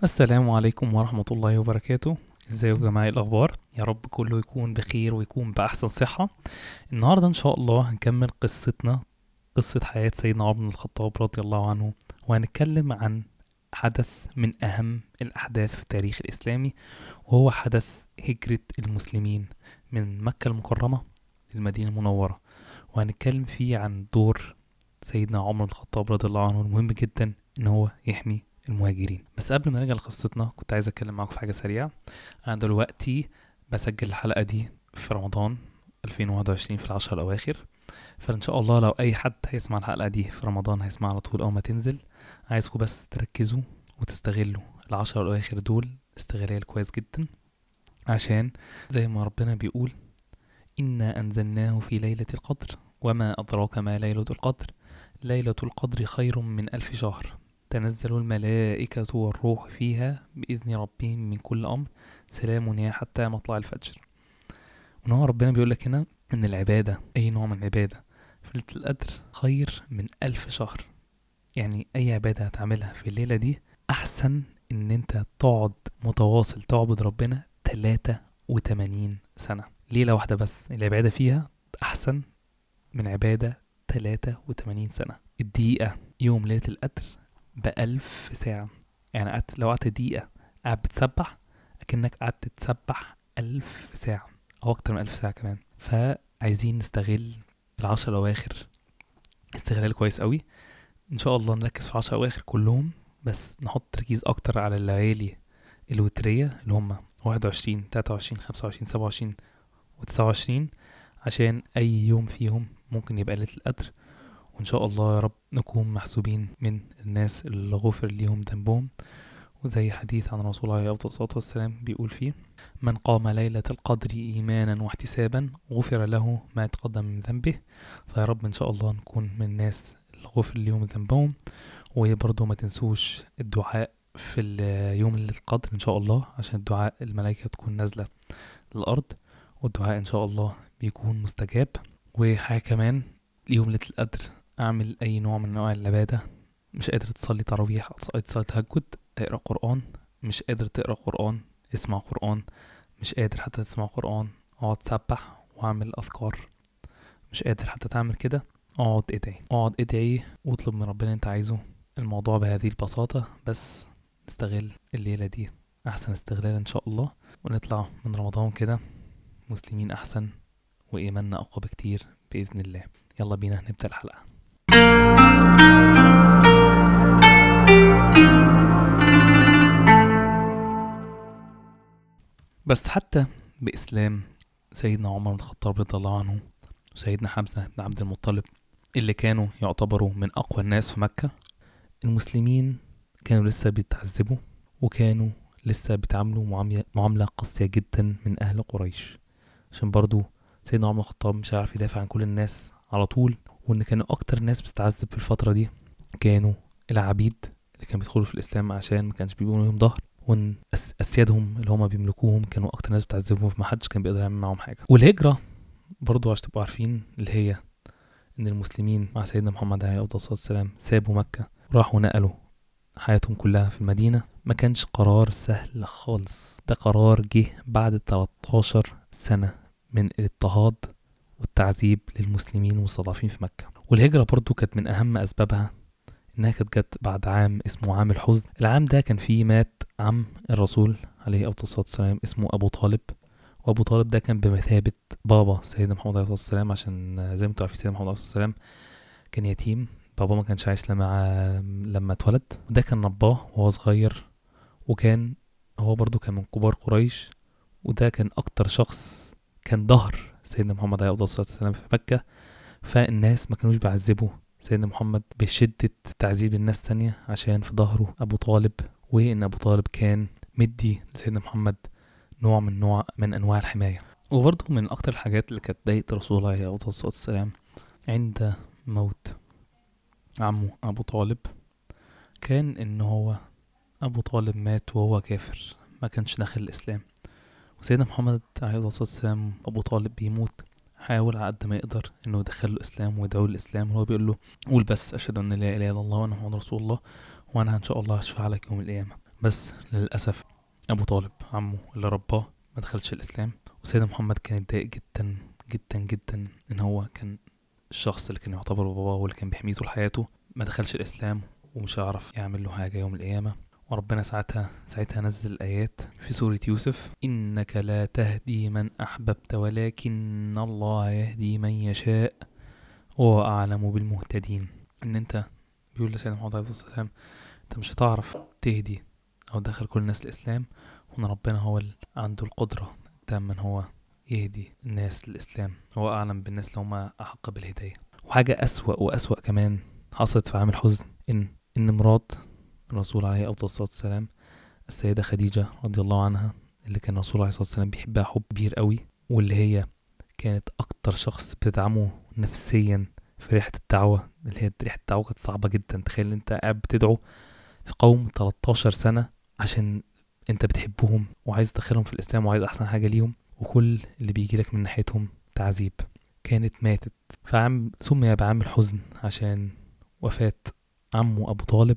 السلام عليكم ورحمة الله وبركاته. ازيكم يا جماعة؟ إيه الأخبار؟ يا رب كله يكون بخير ويكون بأحسن صحة. النهاردة إن شاء الله هنكمل قصتنا، قصة حياة سيدنا عمر بن الخطاب رضي الله عنه، وهنتكلم عن حدث من أهم الأحداث في التاريخ الإسلامي، وهو حدث هجرة المسلمين من مكة المكرمة للمدينة المنورة. وهنتكلم فيه عن دور سيدنا عمر بن الخطاب رضي الله عنه المهم جدا إن هو يحمي المهاجرين. بس قبل ما نرجع لقصتنا كنت عايز اتكلم معاكم في حاجه سريعه. انا دلوقتي بسجل الحلقه دي في رمضان 2021 في العشر الاواخر، فان شاء الله لو اي حد هيسمع الحلقه دي في رمضان هيسمع على طول اول ما تنزل. عايزكم بس تركزوا وتستغلوا العشر الاواخر دول استغلال كويس جدا، عشان زي ما ربنا بيقول: انا انزلناه في ليله القدر وما ادراك ما ليله القدر، ليله القدر خير من الف شهر، تنزل الملائكة والروح فيها بإذن ربهم من كل أمر، سلام هي حتى مطلع الفجر. وإن هو ربنا بيقول لك هنا إن العبادة، أي نوع من العبادة في ليلة القدر، خير من ألف شهر. يعني أي عبادة هتعملها في الليلة دي أحسن إن أنت تقعد متواصل تعبد ربنا 83 سنة. ليلة واحدة بس العبادة فيها أحسن من عبادة 83 سنة. الدقيقة يوم ليلة القدر بألف ساعة. يعني لو قعدت دقيقة قاعد بتسبح أكنك قعدت تسبح 1000 ساعة أو أكتر من 1000 ساعة كمان. فعايزين نستغل العشر الأواخر استغلال كويس قوي. إن شاء الله نركز في العشر الأواخر كلهم، بس نحط تركيز أكتر على الليالي الوترية اللي هم 21 23 25 27 و29، عشان أي يوم فيهم ممكن يبقى ليلة القدر. وإن شاء الله يا رب نكون محسوبين من الناس اللي غفر ليهم ذنبهم. وزي حديث عن رسول الله عليه أفضل الصلاة والسلام بيقول فيه: من قام ليلة القدر إيمانا واحتسابا غفر له ما تقدم من ذنبه. فيا رب إن شاء الله نكون من الناس اللي غفر ليهم ذنبهم. وبرضه ما تنسوش الدعاء في يوم ليلة القدر إن شاء الله، عشان الدعاء الملائكة تكون نازلة للأرض، والدعاء إن شاء الله بيكون مستجاب. وحاجة كمان، يوم ليلة القدر اعمل اي نوع من انواع العبادة. مش قادر تصلي تراويح او تصلي تهجد، اقرا قرآن. مش قادر تقرا قرآن، اسمع قرآن. مش قادر حتى تسمع قرآن، اقعد سبح واعمل اذكار. مش قادر حتى تعمل كده، اقعد ادعي واطلب من ربنا انت عايزه. الموضوع بهذه البساطة، بس نستغل الليلة دي احسن استغلال ان شاء الله، ونطلع من رمضان كده مسلمين احسن وايماننا اقوى بكتير باذن الله. يلا بينا نبدأ الحلقة. بس حتى بإسلام سيدنا عمر بن الخطاب رضي الله عنه وسيدنا حمزة بن عبد المطلب، اللي كانوا يعتبروا من أقوى الناس في مكة، المسلمين كانوا لسه بيتعذبوا، وكانوا لسه بيتعاملوا معاملة قاسية جدا من أهل قريش، عشان برضو سيدنا عمر بن الخطاب مش عارف يدافع عن كل الناس على طول. وإن كانوا أكتر ناس بتتعذب في الفترة دي كانوا العبيد اللي كانوا بيدخلوا في الإسلام عشان ما كانش بيبقوا لهم ظهر، وان اسيادهم اللي هما بيملكوهم كانوا اكتر ناس بتعذبهم، فمحدش كان بيقدر يعمل معاهم حاجه. والهجره برضو عشان تبقوا عارفين اللي هي ان المسلمين مع سيدنا محمد عليه افضل الصلاه والسلام سابوا مكه راحوا نقلوا حياتهم كلها في المدينه. ما كانش قرار سهل خالص، ده قرار جه بعد 13 سنه من الاضطهاد والتعذيب للمسلمين والمستضعفين في مكه. والهجره برضو كانت من اهم اسبابها انها كانت جت بعد عام اسمه عام الحزن. العام ده كان فيه مات عم الرسول عليه افضل الصلاه والسلام اسمه ابو طالب. وابو طالب ده كان بمثابه بابا سيدنا محمد عليه الصلاه والسلام، عشان زي ما انتوا عارفين سيدنا محمد عليه الصلاه والسلام كان يتيم. بابا ما كانش عايش لما اتولد، وده كان رباه وهو صغير، وكان هو برضو كان من كبار قريش، وده كان اكتر شخص كان ظهر سيدنا محمد عليه افضل الصلاه والسلام في مكه. فالناس ما كانوش بيعذبوا سيدنا محمد بشدة تعذيب الناس تانية عشان في ظهره أبو طالب، وإن أبو طالب كان مدي لسيدنا محمد نوع من أنواع الحماية. وبرضه من أكتر الحاجات اللي كانت ضايقت رسول الله عليه الصلاة والسلام عند موت عمه أبو طالب، كان إن هو أبو طالب مات وهو كافر، ما كانش داخل الإسلام. وسيدنا محمد عليه الصلاة والسلام أبو طالب بيموت حاول على قد ما يقدر انه يدخله الاسلام ويدعوه الاسلام، وهو بيقول له: قول بس اشهد ان لا اله الا الله وان محمد رسول الله، وانا ان شاء الله هشفع لك يوم القيامه. بس للأسف أبو طالب عمه اللي رباه ما دخلش الإسلام، وسيدنا محمد كان اتضايق جدا جدا جدا إن هو كان الشخص اللي كان يعتبر باباه واللي كان بيحميه طول حياته ما دخلش الإسلام، ومش هيعرف يعمل له حاجة يوم القيامة. وربنا ساعتها نزل الآيات في سورة يوسف: إنك لا تهدي من أحببت ولكن الله يهدي من يشاء وهو أعلم بالمهتدين. إن أنت، بيقول لسيدنا محمد عليه الصلاة والسلام، أنت مش هتعرف تهدي أو تدخل كل الناس الإسلام، وإن ربنا هو اللي عنده القدرة تامة إن هو يهدي الناس للإسلام، هو أعلم بالناس اللي هما أحق بالهداية. وحاجة أسوأ وأسوأ كمان حصلت في عام الحزن، إن مرات الرسول عليه أفضل الصلاة والسلام، السيدة خديجة رضي الله عنها، اللي كان الرسول عليه الصلاة والسلام بيحبها حب كبير قوي، واللي هي كانت أكتر شخص بتدعمه نفسيا في رحلة الدعوة، اللي هي رحلة الدعوة كانت صعبة جدا. تخيل انت قاعد بتدعو في قوم 13 سنة عشان انت بتحبهم وعايز تدخلهم في الإسلام وعايز أحسن حاجة ليهم، وكل اللي بيجيلك من ناحيتهم تعذيب. كانت ماتت فعام سمي بعام الحزن عشان وفاة عمه أبو طالب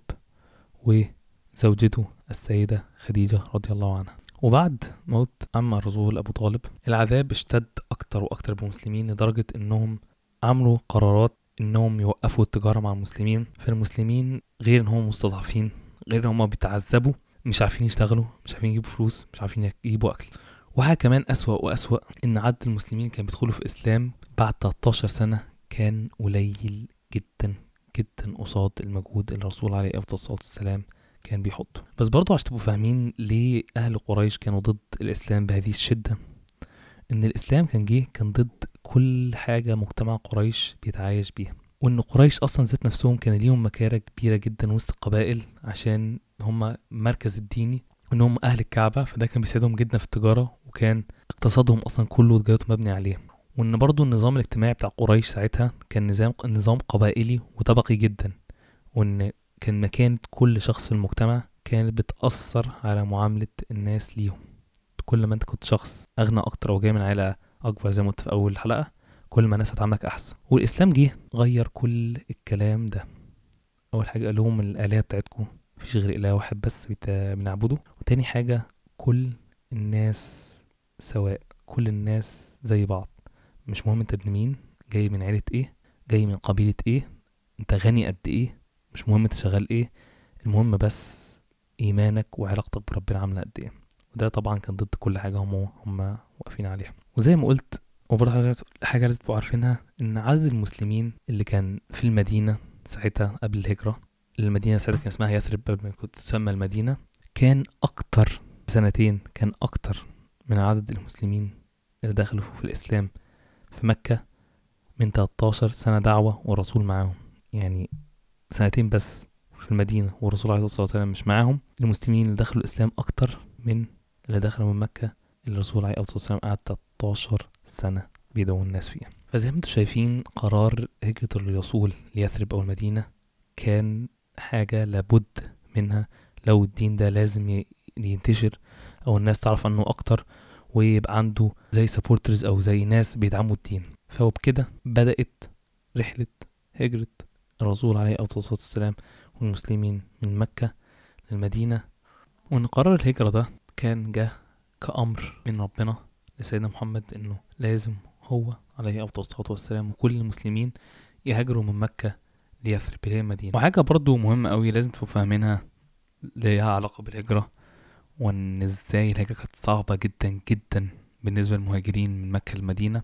وزوجته السيدة خديجة رضي الله عنها. وبعد موت عم الرسول أبو طالب، العذاب اشتد أكتر وأكتر بالمسلمين، لدرجة إنهم عملوا قرارات إنهم يوقفوا التجارة مع المسلمين. فالمسلمين غير إن هم مستضعفين، غير إن هم بيتعذبوا، مش عارفين يشتغلوا، مش عارفين يجيبوا فلوس، مش عارفين يجيبوا أكل. وحاجة كمان أسوأ وأسوأ، إن عدد المسلمين كانوا بيدخلوا في الإسلام بعد 13 سنة كان قليل جدا جدا قصاد المجهود اللي الرسول عليه أفضل الصلاة والسلام كان بيحطه. بس برضو عشان تبقوا فاهمين ليه أهل قريش كانوا ضد الإسلام بهذه الشدة، إن الإسلام كان ضد كل حاجة مجتمع قريش بيتعايش بيها، وإن قريش أصلا ذات نفسهم كان ليهم مكانة كبيرة جدا وسط القبائل عشان هم مركز الديني، وإن هم أهل الكعبة، فده كان بيساعدهم جدا في التجارة، وكان اقتصادهم أصلا كله تجارته مبني عليه. وإن برضو النظام الاجتماعي بتاع قريش ساعتها كان نظام قبائلي وطبقي جدا، وإن كان مكانة كل شخص في المجتمع كانت بتأثر على معاملة الناس ليهم. كل ما انت كنت شخص أغنى أكتر أو جاي من عائلة أكبر زي ما قلت في أول الحلقة، كل ما الناس هتعاملك أحسن. والإسلام جه غير كل الكلام ده. أول حاجة قال لهم الآلهة بتاعتكم مفيش غير إله واحد بس بنعبده. وتاني حاجة كل الناس سواء، كل الناس زي بعض، مش مهم انت ابن مين، جاي من عيلة ايه، جاي من قبيلة ايه، انت غني قد ايه، مش مهم انت شغال ايه، المهم بس ايمانك وعلاقتك بربنا عامله قد ايه. وده طبعا كان ضد كل حاجه هم واقفين عليها. وزي ما قلت، وبرضه حاجه لازم تبقوا عارفينها، ان عدد المسلمين اللي كان في المدينه ساعتها قبل الهجره، المدينه ساعتها كان اسمها يثرب قبل ما كنت تسمى المدينه، كان اكتر سنتين، كان اكتر من عدد المسلمين اللي دخلوا في الاسلام في مكه من 13 سنه دعوه والرسول معاهم. يعني سنتين بس في المدينة والرسول عليه الصلاة والسلام مش معاهم، المسلمين اللي دخلوا الإسلام أكتر من اللي دخلوا من مكة اللي الرسول عليه الصلاة والسلام قعد 13 سنة بيدعو الناس فيها. فزي ما انتم شايفين، قرار هجرة الرسول ليثرب أو المدينة كان حاجة لابد منها لو الدين ده لازم ينتشر أو الناس تعرف عنه أكتر، ويبقى عنده زي سابورترز أو زي ناس بيدعموا الدين. فوبكده بدأت رحلة هجرة الرسول عليه الصلاة والسلام والمسلمين من مكة للمدينة. وإن قرار الهجرة ده كان جه كأمر من ربنا لسيدنا محمد، إنه لازم هو عليه أفضل الصلاة والسلام وكل المسلمين يهاجروا من مكة ليثرب اللي هي المدينة. وحاجة برضو مهمة قوي لازم تبقوا فاهمينها ليها علاقة بالهجرة، وإن إزاي الهجرة كانت صعبة جدا جدا بالنسبة للمهاجرين من مكة للمدينة،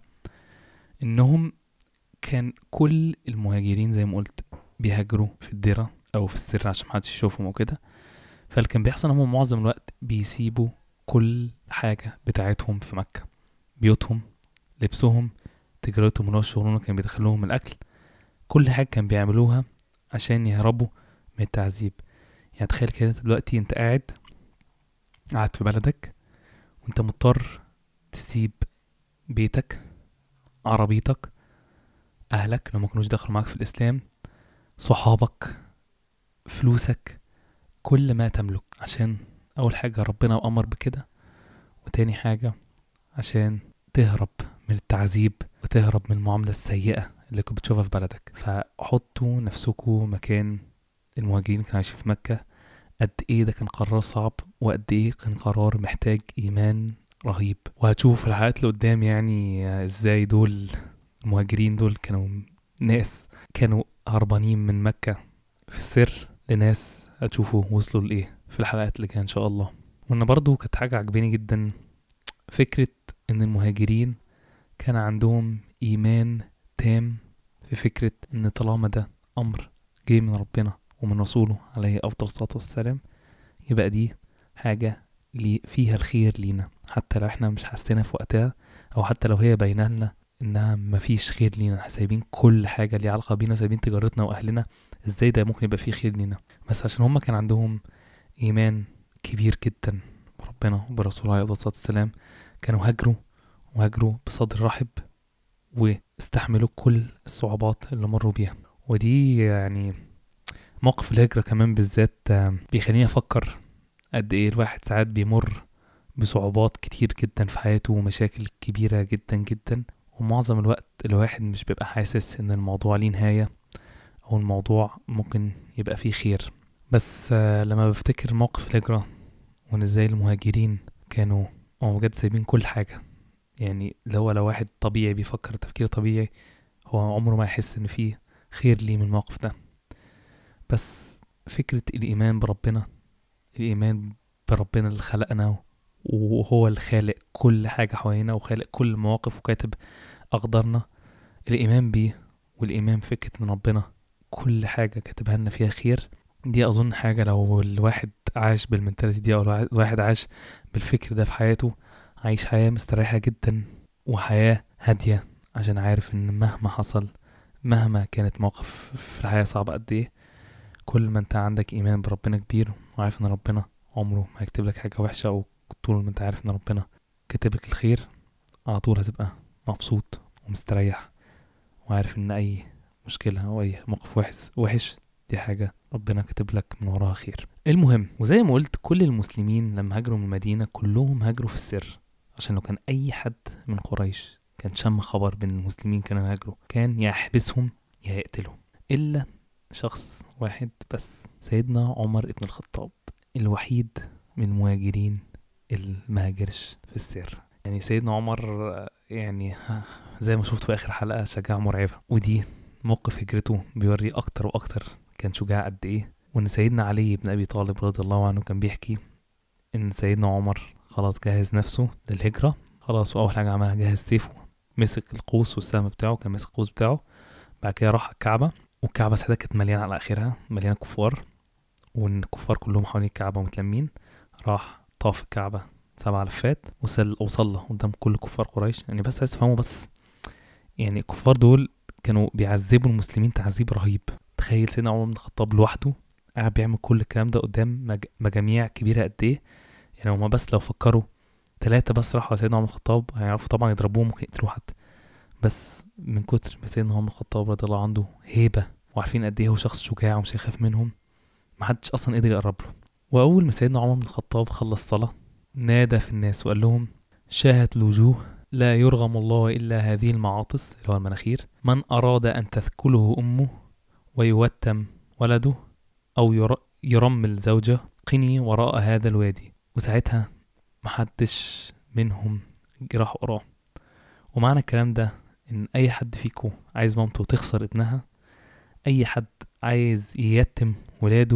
إنهم كان كل المهاجرين زي ما قلت بيهاجروا في الدرة أو في السر عشان محدش يشوفهم وكده. فاللي كان بيحصل هم معظم الوقت بيسيبوا كل حاجة بتاعتهم في مكة، بيوتهم، لبسهم، تجارتهم، اللي هو شغلهم كان بيدخلوهم الأكل، كل حاجة كان بيعملوها عشان يهربوا من التعذيب. يعني تخيل كده دلوقتي انت قاعد في بلدك وانت مضطر تسيب بيتك، عربيتك، أهلك لو ما كانوش دخلوا معاك في الإسلام، صحابك، فلوسك، كل ما تملك، عشان أول حاجة ربنا أمر بكده، وتاني حاجة عشان تهرب من التعذيب وتهرب من المعاملة السيئة اللي كنت بتشوفها في بلدك. فحطوا نفسكوا مكان المهاجرين اللي كانوا عايشين في مكة، قد ايه ده كان قرار صعب، وقد ايه كان قرار محتاج ايمان رهيب. وهتشوف في الحلقات اللي قدام يعني ازاي دول المهاجرين دول كانوا ناس كانوا هربانين من مكة في السر لناس هتشوفوا وصلوا لإيه في الحلقات اللي جاية إن شاء الله. وإن برضو كانت حاجة عجباني جدا فكرة إن المهاجرين كان عندهم إيمان تام في فكرة إن طالما ده أمر جاي من ربنا ومن رسوله عليه أفضل الصلاة والسلام، يبقى دي حاجة فيها الخير لينا، حتى لو احنا مش حاسينها في وقتها، أو حتى لو هي باينة لنا إنها مفيش خير لينا. احنا سايبين كل حاجة ليها علاقة بينا، سايبين تجارتنا وأهلنا، ازاي ده ممكن يبقى فيه خير لينا؟ بس عشان هما كان عندهم إيمان كبير جدا بربنا وبرسوله عليه الصلاة والسلام، كانوا هاجروا بصدر رحب، واستحملوا كل الصعوبات اللي مروا بيها. ودي يعني موقف الهجرة كمان بالذات بيخليني أفكر قد إيه الواحد ساعات بيمر بصعوبات كتير جدا في حياته ومشاكل كبيرة جدا جدا، ومعظم الوقت الواحد مش بيبقى حاسس إن الموضوع ليه نهاية أو الموضوع ممكن يبقى فيه خير. بس لما بفتكر موقف الهجرة وإن إزاي المهاجرين كانوا بجد سايبين كل حاجة، يعني لو واحد طبيعي بيفكر تفكير طبيعي هو عمره ما يحس إن فيه خير ليه من الموقف ده. بس فكرة الإيمان بربنا، الإيمان بربنا اللي خلقنا وهو الخالق كل حاجة حوالينا وخالق كل المواقف وكاتب أقدارنا، الإيمان بيه والإيمان فكرة إن ربنا كل حاجة كاتبها لنا فيها خير، دي أظن حاجة لو الواحد عاش بالمنتاليتي دي، أو الواحد عاش بالفكر ده في حياته، عايش حياة مستريحة جدا وحياة هادية، عشان عارف إن مهما حصل، مهما كانت موقف في الحياة صعبة قد إيه، كل ما أنت عندك إيمان بربنا كبير وعارف إن ربنا عمره ما هيكتب لك حاجة وحشة، أو طول ما أنت عارف إن ربنا كاتب لك الخير، على طول هتبقى مبسوط ومستريح، وعارف إن أي مشكلة أو أي موقف وحش دي حاجة ربنا كاتب لك من وراها خير. المهم، وزي ما قلت كل المسلمين لما هاجروا من المدينة كلهم هاجروا في السر، عشان لو كان أي حد من قريش كان شم خبر بين المسلمين كانوا هاجروا كان يا يحبسهم يا يقتلهم، إلا شخص واحد بس، سيدنا عمر ابن الخطاب، الوحيد من المهاجرين اللي ما هاجرش في السر. يعني سيدنا عمر يعني زي ما شفت في آخر حلقة شجاعة مرعبة، ودي موقف هجرته بيوري أكتر وأكتر كان شجاع قد إيه. وإن سيدنا علي بن أبي طالب رضي الله عنه كان بيحكي إن سيدنا عمر خلاص جهز نفسه للهجرة خلاص، وأول حاجة عملها جهز سيفه، مسك القوس والسهم بتاعه، كان مسك القوس بتاعه، بعد كده راح الكعبة، والكعبة ساعتها كانت مليانة على آخرها، مليانة كفار، وإن الكفار كلهم حوالين الكعبة متلمين، راح طاف الكعبة 7 لفات وصلى قدام كل كفار قريش. يعني بس عايز تفهموا، بس يعني الكفار دول كانوا بيعذبوا المسلمين تعذيب رهيب. تخيل سيدنا عمر بن الخطاب لوحده قاعد بيعمل كل الكلام ده قدام مجاميع كبيرة قد ايه. يعني هما بس لو فكروا 3 بس راحوا على سيدنا عمر بن الخطاب هيعرفوا طبعا يضربوه، ممكن يقتلوه حتى، بس من كتر ما سيدنا عمر بن الخطاب رضي الله عنه هيبة وعارفين قد ايه هو شخص شجاع ومش هيخاف منهم، محدش اصلا قدر يقرب له. واول ما سيدنا عمر بن الخطاب خلص صلاة نادى في الناس وقال لهم: شاهت الوجوه لا يرغم الله إلا هذه المعاطس، اللي هو المناخير، من أراد أن تثكله أمه ويوتم ولده أو يرمل زوجه قني وراء هذا الوادي. وساعتها محدش منهم راح وراه. ومعنى الكلام ده إن أي حد فيكو عايز مامته تخسر ابنها، أي حد عايز ييتم ولاده،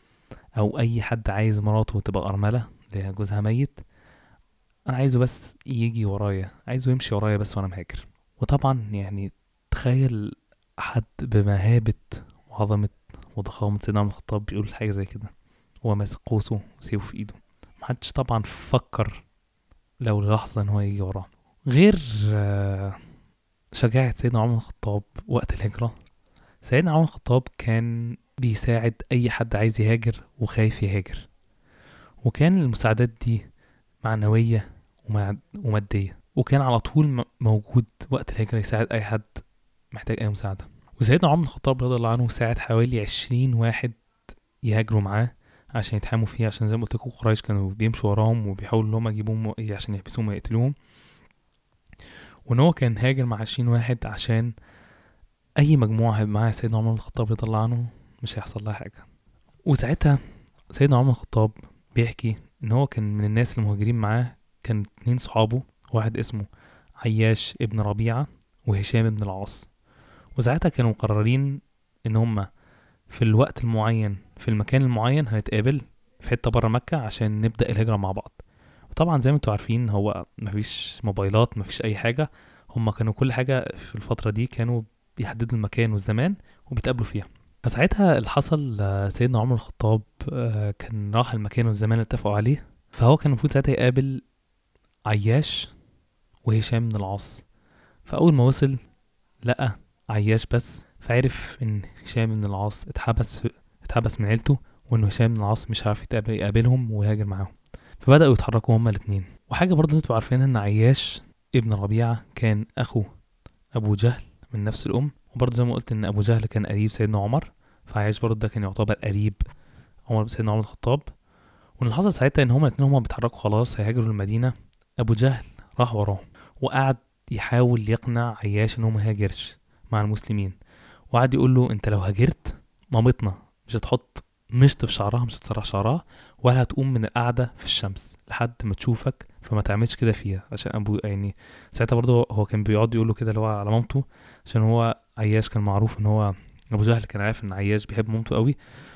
أو أي حد عايز مراته تبقى أرملة اللي جوزها ميت، انا عايزه بس يجي ورايا، عايزه يمشي ورايا بس وانا مهاجر. وطبعا يعني تخيل حد بمهابة وعظمة وضخامة سيدنا عمر الخطاب بيقول حاجة زي كده هو ماسك قوسه وسيفه في ايده، محدش طبعا فكر لو لحظة ان هو يجي وراه. غير شجاعة سيدنا عمر الخطاب وقت الهجرة، سيدنا عمر الخطاب كان بيساعد اي حد عايز يهاجر وخايف يهاجر، وكان المساعدات دي معنوية ومادية، وكان على طول موجود وقت الهجرة يساعد أي حد محتاج أي مساعدة. وسيدنا عمر الخطاب رضي الله عنه ساعد حوالي 20 واحد يهاجروا معاه عشان يتحاموا فيه، عشان زي ما قلت لكم قريش كانوا بيمشوا وراهم وبيحاولوا ان هم يجيبوهم عشان يحبسوهم ويقتلوهم، وان هو كان هاجر مع 20 واحد عشان أي مجموعة هيبقى معاها سيدنا عمر الخطاب رضي الله عنه مش هيحصل لها حاجة. وساعتها سيدنا عمر بن الخطاب بيحكي ان هو كان من الناس المهاجرين معاه، كان 2 صحابه، واحد اسمه عياش ابن ربيعة وهشام بن العاص. وساعتها كانوا مقررين ان هما في الوقت المعين في المكان المعين هنتقابل في حتة برا مكة عشان نبدأ الهجرة مع بعض. وطبعا زي ما انتوا عارفين هو مفيش موبايلات، مفيش اي حاجة. هما كانوا كل حاجة في الفترة دي كانوا بيحددوا المكان والزمان وبيتقابلوا فيها. فساعتها اللي حصل، سيدنا عمر الخطاب كان راح المكان والزمان اللي اتفقوا عليه. فهو كان المفروض ساعتها يقابل عياش وهشام بن العاص. فأول ما وصل لقى عياش بس، فعرف ان هشام بن العاص اتحبس من عيلته، وان هشام بن العاص مش عارف يقابلهم ويهاجر معاهم. فبدأوا يتحركوا هما الاتنين. وحاجة برضه انتوا عارفين ان عياش ابن ربيعة كان اخو ابو جهل من نفس الام. وبرضه زي ما قلت ان ابو جهل كان قريب سيدنا عمر، فعياش برضه ده كان يعتبر قريب سيدنا عمر الخطاب. واللي حصل ساعتها ان هما الاتنين هما بيتحركوا خلاص هيهاجروا المدينة، ابو جهل راح وراهم وقعد يحاول يقنع عياش انه ما هاجرش مع المسلمين. وقعد يقول له انت لو هاجرت مامتنا مش هتحط مشط في شعرها، مش هتسرح شعرها، ولا هتقوم من القعدة في الشمس لحد ما تشوفك، فما تعملش كده فيها. عشان ابو يعني ساعتها برضه هو كان بيقعد يقول له كده اللي هو على مامته، عشان هو عياش كان معروف ان هو ابو جهل كان عارف ان عياش بيحب مامته قوي،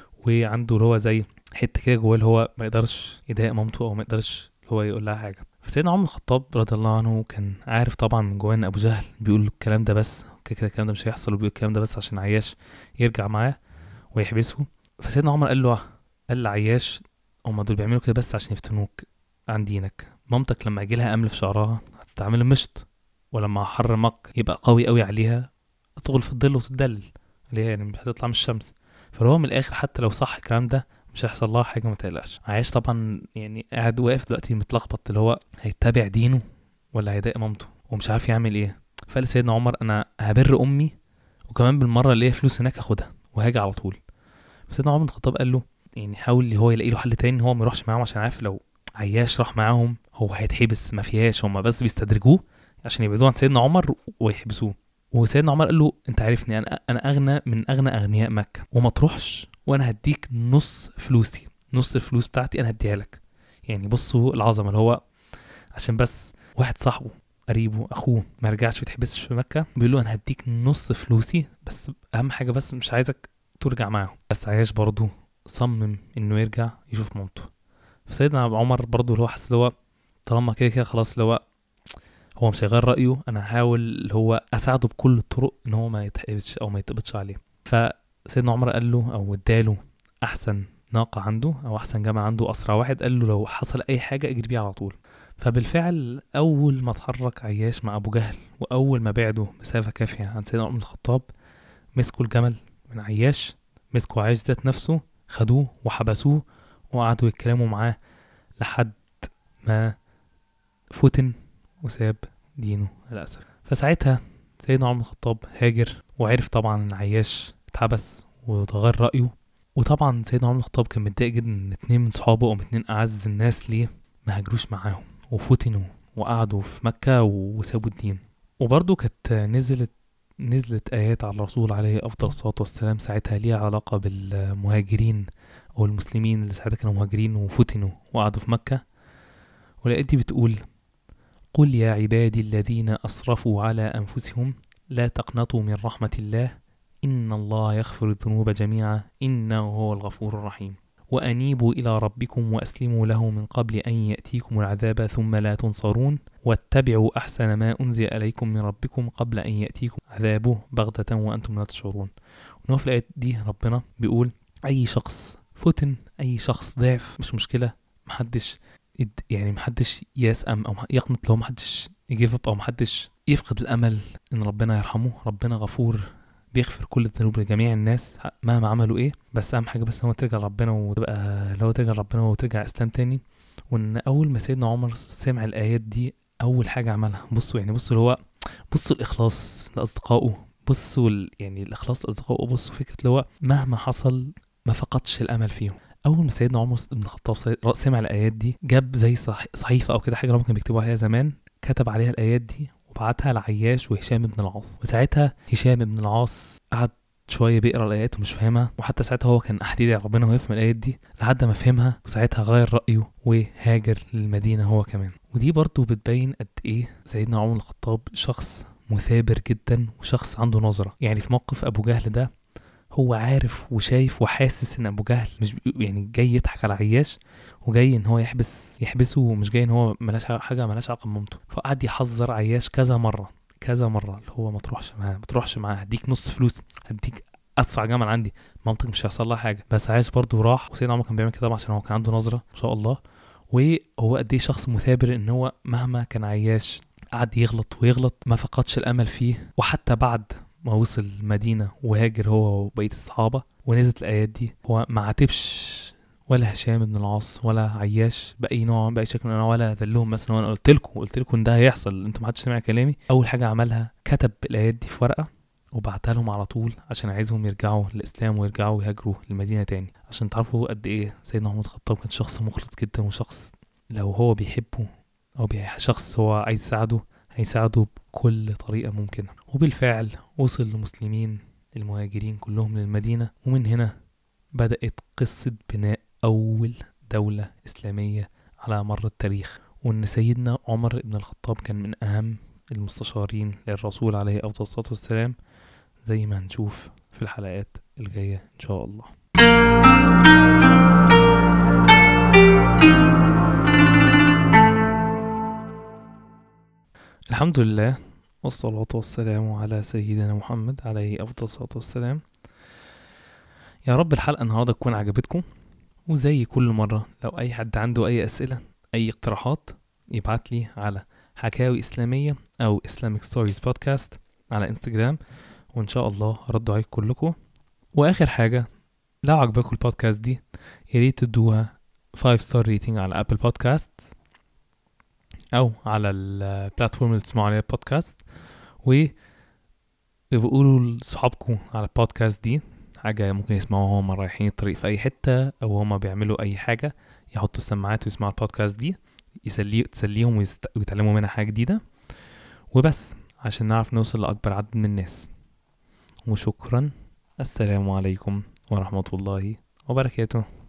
وعنده اللي هو زي حته كده جواه اللي هو ما يقدرش يضايق مامته او ما يقدرش اللي هو يقول لها حاجه. فسيدنا عمر الخطاب رضي الله عنه كان عارف طبعا من جواه ان ابو جهل بيقول الكلام ده بس كده كده الكلام ده مش هيحصل، وبيقول الكلام ده بس عشان عياش يرجع معاه ويحبسه. فسيدنا عمر قال لعياش هما دول بيعملوا كده بس عشان يفتنوك عن دينك. مامتك لما يجي لها امل في شعرها هتستعمل المشط، ولما احرمك يبقى قوي قوي عليها تدخل في الظل وتتدلل اللي هي يعني مش هتطلع من الشمس. فهو من الاخر حتى لو صح الكلام ده مش هيحصل لها حاجه، ما تقلقش. عايش طبعا يعني قاعد واقف دلوقتي متلخبط اللي هو هيتبع دينه ولا هيضايق مامته ومش عارف يعمل ايه. فقال سيدنا عمر انا هبر امي، وكمان بالمره اللي هي فلوس هناك هاخدها وهاجي على طول. سيدنا عمر بن الخطاب قال له يعني حاول هو يلاقي له حل تاني، هو ما يروحش معاهم عشان عارف لو عياش راح معاهم هو هيتحبس، ما فيهاش، هم بس بيستدرجوه عشان يبعدوه عن سيدنا عمر ويحبسوه. وسيدنا عمر قال له انت عارفني انا اغنى من اغنى اغنياء مكه، وما تروحش وانا هديك نص فلوسي، نص الفلوس بتاعتي انا هديها لك. يعني بصوا العظمه اللي هو عشان بس واحد صاحبه قريبه اخوه ما رجعش ويتحبسش في مكه بيقول له انا هديك نص فلوسي، بس اهم حاجه بس مش عايزك ترجع معاهم. بس عياش برضه صمم انه يرجع يشوف مامته. فسيدنا عمر برضه اللي هو حس اللي هو طالما كده كده خلاص اللي هو مش هيغير رأيه، انا هحاول اللي هو اساعده بكل الطرق ان هو ما يتحبسش او ما يتقبضش عليه. فسيدنا عمر قال له او اداله احسن ناقة عنده او احسن جمل عنده، اسرع واحد، قال له لو حصل اي حاجة اجري بيه على طول. فبالفعل اول ما اتحرك عياش مع ابو جهل واول ما بعدوا مسافة كافية عن سيدنا عمر بن الخطاب، مسكوا الجمل من عياش، مسكوا عياش ذات نفسه، خدوه وحبسوه وقعدوا يتكلموا معاه لحد ما فتن وساب دينه للأسف. فساعتها سيدنا عمر بن الخطاب هاجر وعرف طبعا ان عياش اتحبس وتغير رأيه. وطبعا سيدنا عمر بن الخطاب كان متضايق جدا ان 2 من صحابه او 2 اعز الناس ليه ما هاجروش معاهم وفتنوا وقعدوا في مكة وسابوا الدين. وبرضه كانت نزلت آيات على الرسول عليه أفضل الصلاة والسلام ساعتها ليها علاقة بالمهاجرين أو المسلمين اللي ساعتها كانوا مهاجرين وفتنوا وقعدوا في مكة. والآيات دي بتقول قل يا عبادي الذين أسرفوا على أنفسهم لا تقنطوا من رحمة الله إن الله يغفر الذنوب جميعا إنه هو الغفور الرحيم وأنيبوا إلى ربكم وأسلموا له من قبل أن يأتيكم العذاب ثم لا تنصرون واتبعوا أحسن ما أنزل إليكم من ربكم قبل أن يأتيكم عذابه بغتة وأنتم لا تشعرون. ونوع في الآية دي ربنا بيقول أي شخص فتن، أي شخص ضعف، مش مشكلة، محدش يعني محدش يسأم أو يقنط، لو محدش يجيف اب أو محدش يفقد الأمل إن ربنا يرحمه. ربنا غفور بيغفر كل الذنوب لجميع الناس مهما عملوا ايه، بس اهم حاجه بس هو ترجع لربنا وتبقى لو ترجع لربنا وترجع اسلام تاني. وان اول ما سيدنا عمر سمع الايات دي اول حاجه عملها بصوا اللي هو بصوا الاخلاص لاصدقائه، بصوا يعني الاخلاص لاصدقائه، بصوا فكره اللي هو مهما حصل ما فقدش الامل فيهم. اول ما سيدنا عمر بن الخطاب سمع الايات دي جاب زي صحيفه او كده حاجه ممكن بيكتبوا عليها زمان، كتب عليها الايات دي وبعتها لعياش وهشام بن العاص. وساعتها هشام بن العاص قعد شويه بيقرا الايات ومش فاهمها، وحتى ساعتها هو كان احد يدعي ربنا ويفهم الايات دي لحد ما فهمها، وساعتها غير رايه وهاجر للمدينه هو كمان. ودي برضو بتبين قد ايه سيدنا عمر بن الخطاب شخص مثابر جدا وشخص عنده نظره. يعني في موقف ابو جهل ده هو عارف وشايف وحاسس ان ابو جهل مش يعني جاي يضحك على عياش، وجاي ان هو يحبسه، ومش جاي ان هو ملاش حاجه ملاش علاقه بمامته. فقعد يحذر عياش كذا مره كذا مره، اللي هو ما تروحش معاه، هديك نص فلوس، هديك اسرع جمل عندي، مامتك مش هيحصل لها حاجه. بس عايش برضو راح، وسيدنا عمر كان بيعمل كده طبعا عشان هو كان عنده نظره ما شاء الله. وهو قد ايه شخص مثابر، ان هو مهما كان عياش قعد يغلط ويغلط ما فقدش الامل فيه. وحتى بعد ما وصل المدينة وهاجر هو وبقية الصحابة ونزلت الآيات دي، هو ما عاتبش ولا هشام بن العاص ولا عياش بأي نوع بأي شكل من الأنواع، ولا ذلهم مثلا. وانا قلت لكم ان ده هيحصل، انتوا ما حدش سمع كلامي. اول حاجة عملها كتب الآيات دي في ورقة وبعتها لهم على طول، عشان عايزهم يرجعوا للإسلام ويرجعوا يهاجروا المدينة تاني، عشان تعرفوا قد ايه سيدنا عمر بن الخطاب كان شخص مخلص جدا، وشخص لو هو بيحبه او شخص هو عايز يساعده هيساعده بكل طريقة ممكنة. وبالفعل وصل المسلمين المهاجرين كلهم للمدينة، ومن هنا بدأت قصة بناء أول دولة إسلامية على مر التاريخ. وإن سيدنا عمر بن الخطاب كان من أهم المستشارين للرسول عليه أفضل الصلاة والسلام، زي ما هنشوف في الحلقات الجاية إن شاء الله. الحمد لله، والصلاة والسلام على سيدنا محمد عليه أفضل الصلاة والسلام. يا رب الحلقة النهاردة تكون عجبتكم، وزي كل مرة لو أي حد عنده أي أسئلة أي اقتراحات يبعت لي على حكاوي إسلامية أو Islamic Stories Podcast على انستجرام، وإن شاء الله هردوا عليكم كلكم. وآخر حاجة، لو عجبكم البودكاست دي ياريت تدوها 5 star rating على أبل بودكاست أو على البلاتفورم اللي تسمعوا عليها بودكاست، وبقولوا لصحابكم على البودكاست دي حاجة ممكن يسمعوها هما رايحين الطريق في أي حتة، أو هما بيعملوا أي حاجة، يحطوا السماعات ويسمعوا البودكاست دي، تسليهم ويتعلموا منها حاجة جديدة. وبس عشان نعرف نوصل لأكبر عدد من الناس. وشكرا، السلام عليكم ورحمة الله وبركاته.